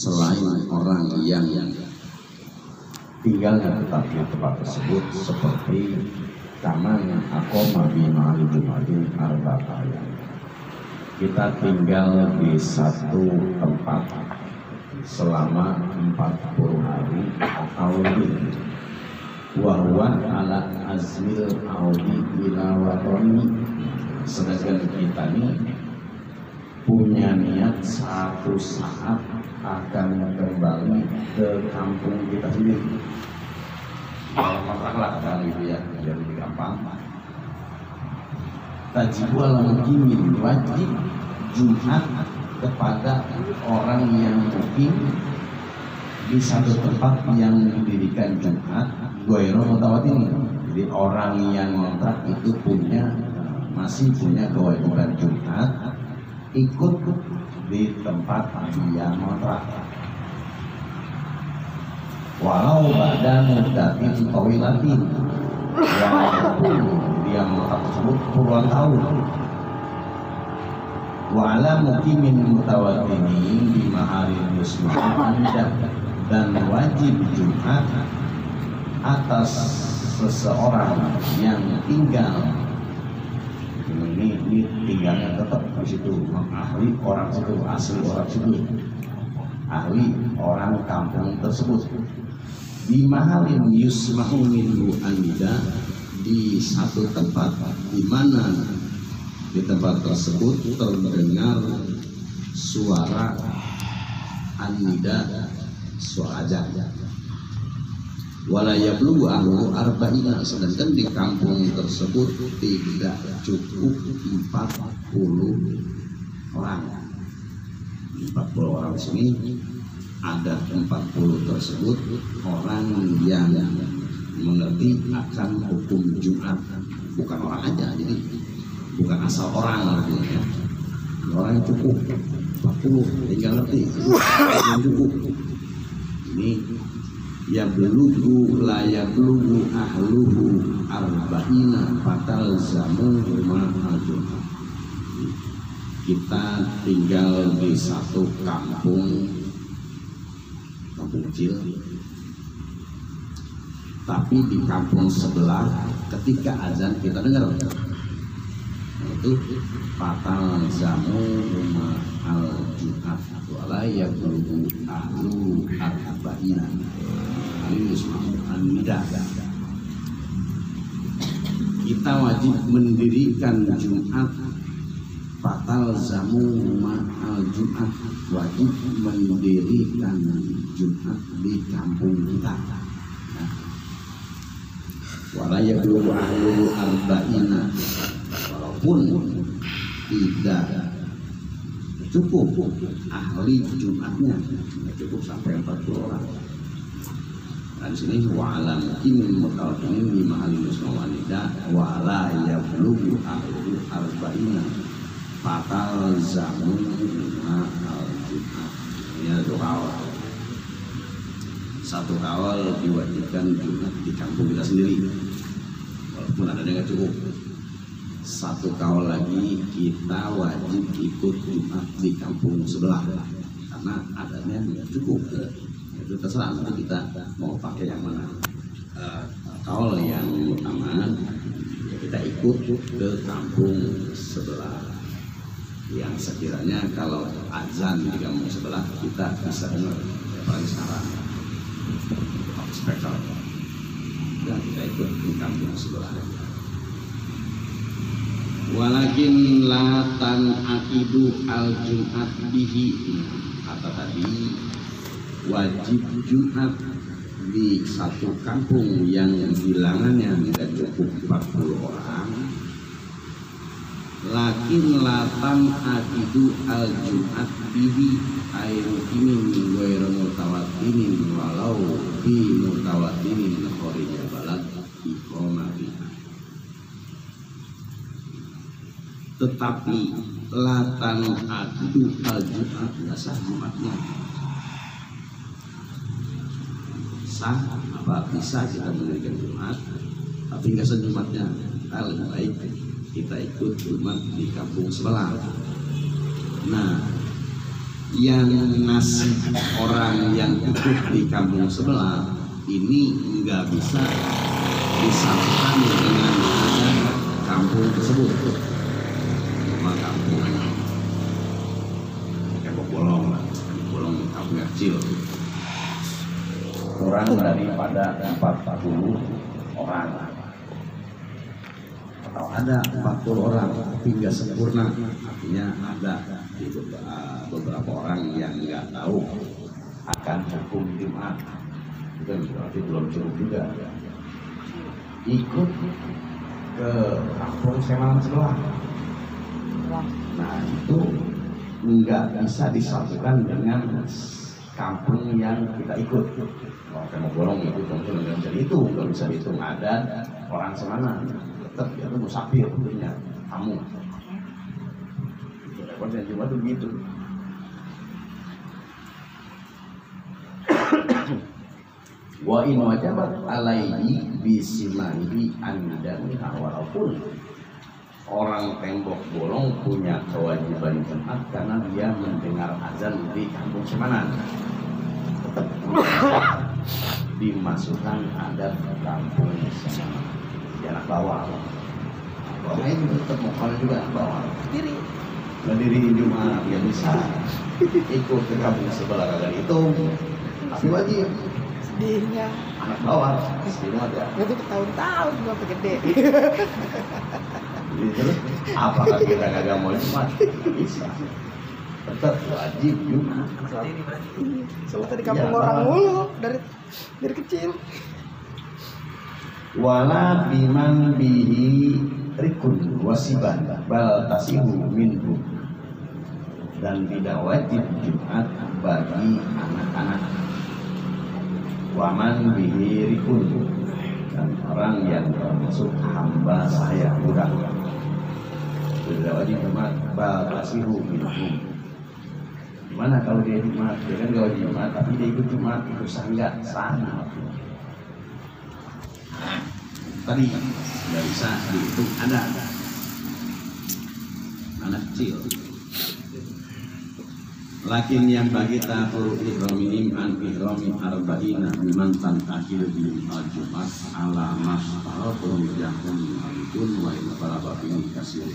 selain orang yang tinggalnya tetap di tempat tersebut, seperti kaman aqoma bi ma'al jumadin arba'ah. Kita tinggal di satu tempat selama 40 hari atau lebih. Wa huwa ala azmil audi ila watoni. Sedangkan kita ini punya niat satu saat akan kembali ke kampung kita sendiri. Masalah kali itu ya, jadi gampang. Tajibul mukimin, wajib Jumat kepada orang yang mukim di satu tempat yang didirikan Jumat goiro mutawatin. Jadi orang yang ngontrak itu masih punya kewajiban Jumat ikut di tempat dia ngontrak, walau pada muddatin tawilatin, walaupun dia ngontrak tersebut puluhan tahun. Wa ala mukimin mutawattinin bi ma'alil muslimin, dan wajib Jumat atas seseorang yang tinggal ini tinggalnya tetap di situ, ahli orang situ, asli orang situ, ahli orang kampung tersebut. Di mahalin yusma'u minhu anida, di satu tempat di mana di tempat tersebut terdengar suara anida, suara azan. Wala yablughu ahlu arba'ina, sedangkan di kampung tersebut tidak cukup 40 orang. 40 orang di sini ada 40 tersebut orang yang mengerti akan hukum Jumat, bukan orang aja, jadi bukan asal orang gitu ya. Orang cukup 40 tinggal ngerti yang cukup. Ini ya belughu la yablughu ahluhu arba'ina fatal zamu ma'ajun. Kita tinggal di satu kampung kecil, tapi di kampung sebelah ketika azan kita dengar, itu fatal zamu ma'al Jumat wala yablughu ahlu arba'ina. Kita wajib mendirikan Jumat, fatal zamu ma'al Jumat, wajib mendirikan Jumat di kampung kita. Wala yablughu ahlu arba'ina, walaupun tidak cukup ahli Jumatnya, cukup sampai 40 orang. Nah, di sini wa'ala mukimin mutawakkilin bi ma'alil muslimin wa la yablughu ahlu arba'ina fatal zamu ma'al Jumat. Ini ada 2 kawal. 1 kawal diwajibkan Jumat di kampung kita sendiri, walaupun adanya nggak cukup. 1 kawal lagi kita wajib ikut Jumat di kampung sebelah, karena adanya nggak cukup. Itu terserah nanti kita mau pakai yang mana. Kawal yang utama ya kita ikut ke kampung sebelah yang sekiranya kalau azan di kampung sebelah kita bisa dengar, apalagi sekarang speaker, dan kita ikut ke kampung sebelah. Walakin latan akidu al Jumat bihi, kata tadi wajib Jumat di satu kampung yang bilangannya tidak cukup 40 orang. Lakin latan akidu al Jumat bihi airu ini ghairu mutawattinin walau bi mutawattinin kharija balad iqamati. Tetapi latan akidu al Jumat tidak sah Jumatnya. Sah apa bisa kita mendirikan Jumat, tapi nggak sah Jumatnya. Lebih baik kita ikut Jumat di kampung sebelah. Nah, yang nasib orang yang ikut di kampung sebelah ini nggak bisa disatukan dengan ada kampung tersebut. Cuma kampung kampung bolong kampung kecil, kurang daripada 40 orang atau ada 40 orang tapi nggak sempurna, artinya ada beberapa orang yang nggak tahu akan hukum Jumat, itu berarti belum cukup juga. Ikut ke kampung Semanan sebelah, nah itu nggak bisa disatukan dengan kampung yang kita ikut. Kalau kamu bolong itu tentu nggak bisa dihitung, nggak bisa dihitung ada orang Semanan, tetap itu musafir tentunya kamu. Repotnya cuma tuh gitu. Wa in wajabat alaihi bisimaihi andaniha, walaupun orang tembok bolong punya kewajiban Jumat karena dia mendengar azan di kampung Semanan, tetap dimasukkan adat kampung Semanan di anak bawah. Bawahnya juga tetap mokal juga anak bawah berdiri Jumat, dia bisa ikut ke kampung sebelah kagak itu tapi wajib. Sedihnya Anak bawah pasti banget ya. itu bertahun-tahun gua gede. Terus apakah kita kagak mau Jumat? Bisa. Tetap wajib Jumat. Soalnya tadi kampung orang mulu dari kecil. Wala biman bihi rikun wasiban bal tasihu minhu, dan tidak wajib Jumat bagi anak-anak. Waman bihi rikun, dan orang yang termasuk hamba saya budak, tidak wajib Jumat bal tasihu minhu. Gimana kalau dia Jumat? Dia kan gak wajib Jumat tapi dia ikut Jumat, itu sah nggak? Sah. Tadi nggak bisa dihitung, ada anak kecil. Lakin yang bagi tahur ihramihim an ihrami arba'ina biman tankahil bil Jumat ala masfaratu yahun alidun wa in talaba bini kasir.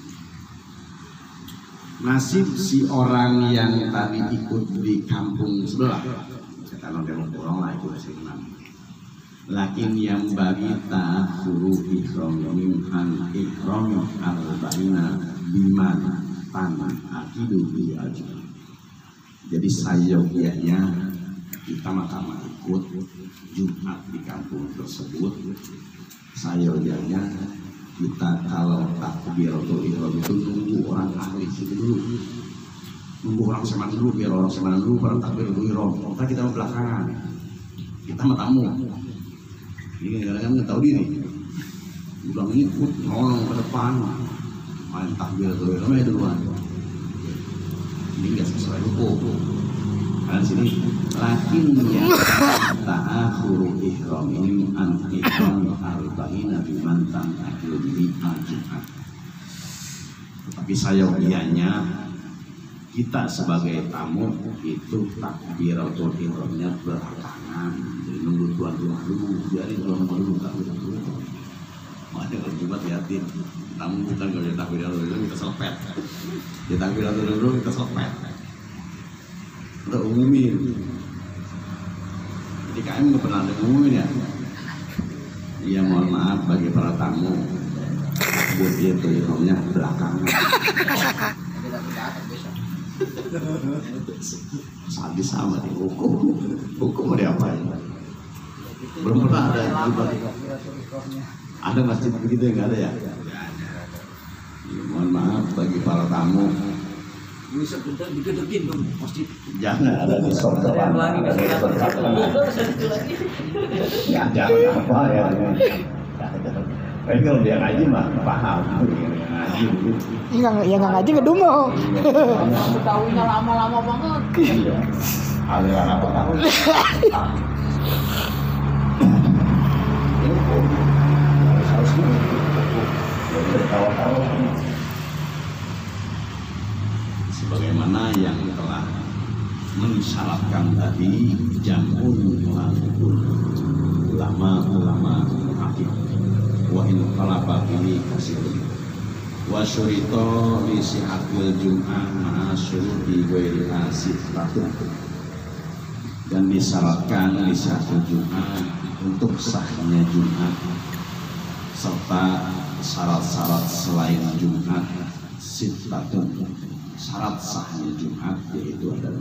Nasib si orang yang tadi ikut di kampung sebelah, kalau dia mau pulang lah ikut si imam. Lakin yang bagi tahuru ihramihim an ihrami arba'ina biman tankahil bil Jumat. Jadi sayogianya kita mahkamah ikut Jumat di kampung tersebut. Sayogianya kita kalau takbiratul ihram itu nunggu orang ahli situ dulu, nunggu orang Semanan dulu, biar orang Semanan dulu baru takbiratul ihram. Kita mau belakangan, kita mau tamu. Ini kadang-kadang nggak tahu diri, udah ngikut nolong ke depan, main takbiratul ihramnya duluan. Ini nggak sesuai hukum. Karena sini lakinnya ta'akhuru ihramihim an ihram arba'ina biman tankahil bil Jumat. Tapi sayogianya kita sebagai tamu itu takbiratul ihramnya belakangan. Jadi nunggu tuan rumah dulu, biarin tuan rumah dulu takbiratul ihram. Makanya kalau Jumat liatin, tamu bukan kalau dia takbiratul ihram kita selepet. Dia takbiratul ihram kita selepet. Untuk umumin. Jadi kami nggak pernah ada umumin ya. Iya mohon maaf bagi para tamu. Buat dia tuh ihramnya belakangan. Sadis sama di hukum. Hukum mau diapain? Belum pernah ada Jumat. Ada masjid begitu yang nggak ada ya? Mohon maaf bagi para tamu. Bisa bentar digedekin dong masjid. Jangan ada di sorban. Ya jangan apa ya. Tapi kalau dia ngaji mah paham. Ngaji gitu. Ya nggak ngaji ngedumel. Tahunya lama-lama banget. Iya. Aliran apa tahu? Harusnya tahu-tahu. Sebagaimana yang telah mensyaratkan tadi jamun muhaqqiqun, ulama hakim. Wa in qalaba ini kasirun wa syurita li sihatil jum'ah ma'a syuruti ghairi asifatu, dan disyaratkan li sihatil jum'ah untuk sahnya Jumat serta syarat-syarat selain Jumat sittatun, syarat sahnya Jumat yaitu adalah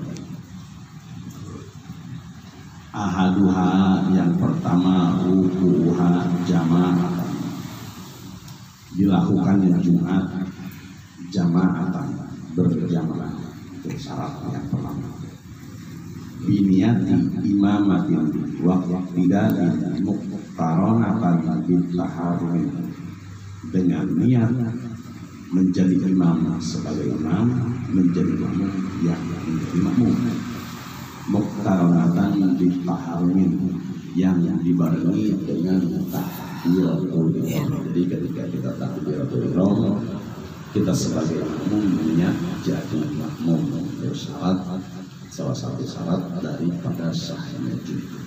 ahaduha, yang pertama rukuha jamaah, dilakukannya Jumat jamaatan, berjamaah, itu syarat yang pertama. Biniyati imamatin wa iqtida'in muqtaranatan bil taharrum, dengan niat menjadi imam sebagai imam, menjadi makmum yang menjadi makmum. Muqtaranatan bil taharrum, yang dibarengi dengan takbiratul ihram. Jadi ketika kita takbiratul ihram, kita sebagai makmum niat jadi makmum, itu syarat, salah satu syarat daripada sahnya Jumat.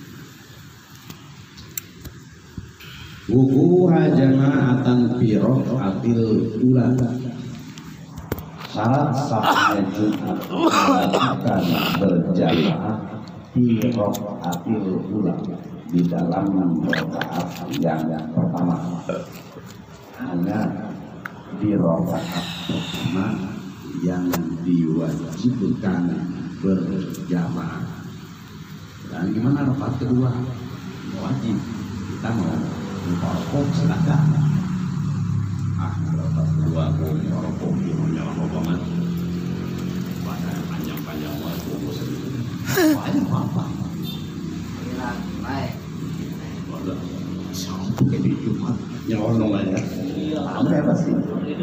Wukuha jama'atan fi raqatil ula, syarat sahnya Jumat akan berjamaah fi raqatil ula, di dalam rakaat yang pertama. Hanya di rakaat pertama yang diwajibkan berjamaah. Dan gimana rakaat kedua? Wajib. Kita mau merokok silakan. Rakaat kedua mau merokok, mau nyala banget. Panjang-panjang waktu banyak apa? Sampai di Jumat nyolong aja. Apa pasti?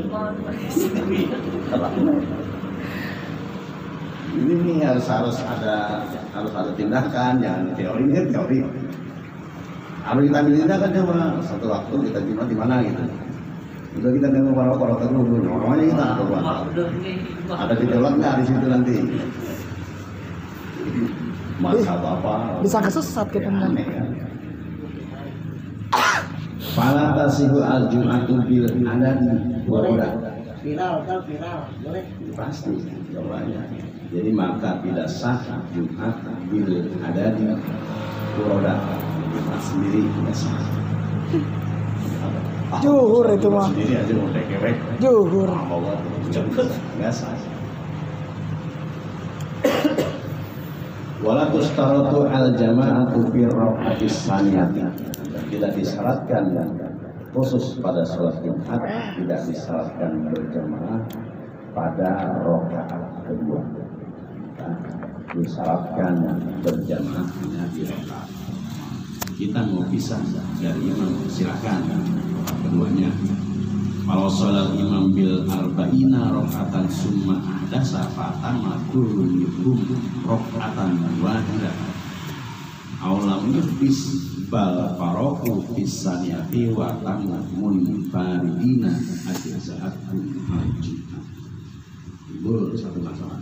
Ini harus ada tindakan, jangan teori kan teori. Kalau kita ambil tindakan coba satu waktu kita Jumat di mana gitu. Udah kita dengar para dulu, normalnya kita keluar. Ada gejolak nggak di situ nanti? Masa apa? Bisa kesesat kita aneh kan? Fala tasihu al-jum'atu bil adadi wa udah. Viral, boleh? Pasti jawabannya. Jadi maka tidak sah Jumat bil adadi wa Jumat sendiri tidak sah. Juhur itu mah. Sendiri aja mau tekewek. Juhur. Nggak sah. Wala tustaratu al-jama'atu fi raqatis saniyati, tidak disyaratkan khusus pada sholat Jumat, tidak disyaratkan berjamaah pada rakaat kedua. Disyaratkan berjamaah hanya di rakaat. Kita mau pisah dari imam silakan rakaat keduanya. Kalau sholat imam bil arba'ina rakaatan summa ahdasa fatama kullu minhum rakaatan wahidah. Aulam yubis bal faroku fisaniyati wa tamun faridina ajza'atun al-jum'ah. Ibu satu masalah.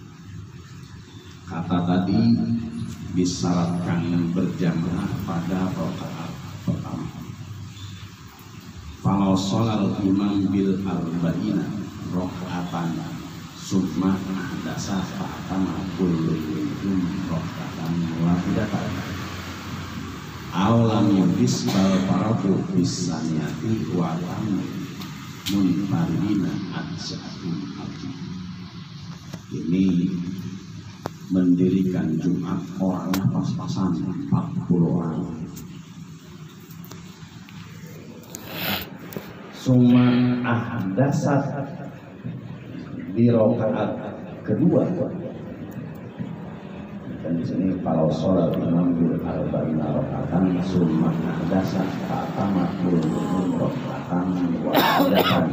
Kata tadi disyaratkan berjamaah pada rakaat pertama. Kalau sholat imam bil arba'ina rakaatan summa ahdasa fatama kullu minhum rakaatan wahidatan. Aulam yubis bal faraku bisaniyati wa tamun munfaridina ajza'atun al-jum'ah. Ini mendirikan Jumat orangnya pas-pasan 40 orang. Summa ahdasat di rakaat kedua. Dan di sini kalau sholat imam bil arba'ina rakaatan summa ahdasat fatama kullu rakaatan wahidatan.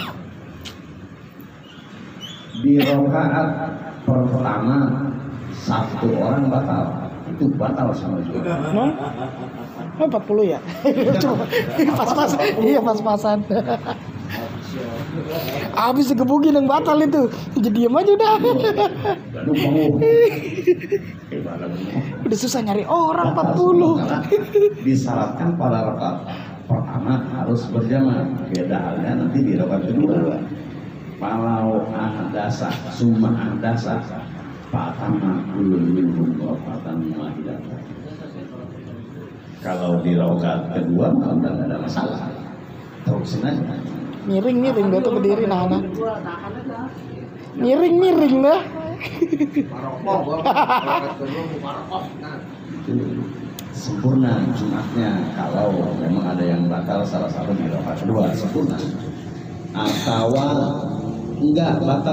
Di rakaat pertama satu orang batal, itu batal sama juga. Oh 40 ya? Coba pas-pasan. Iya pas-pasan. Habis digebukin yang batal itu. Jadi diam aja udah. Aduh mau. Udah susah nyari orang 40. Disyaratkan pada rakaat pertama harus berjamaah. Beda halnya nanti di rakaat kedua. Kalau ahdasa summa ahdasa fatama kulun minhum qafatan wahidah. Kalau di rakaat kedua malah enggak ada masalah. Terusin aja. Miring dah tuh berdiri nahan. Miring dah. Sempurna Jumatnya kalau memang ada yang batal salah satu di rakaat kedua sempurna. Atau enggak batal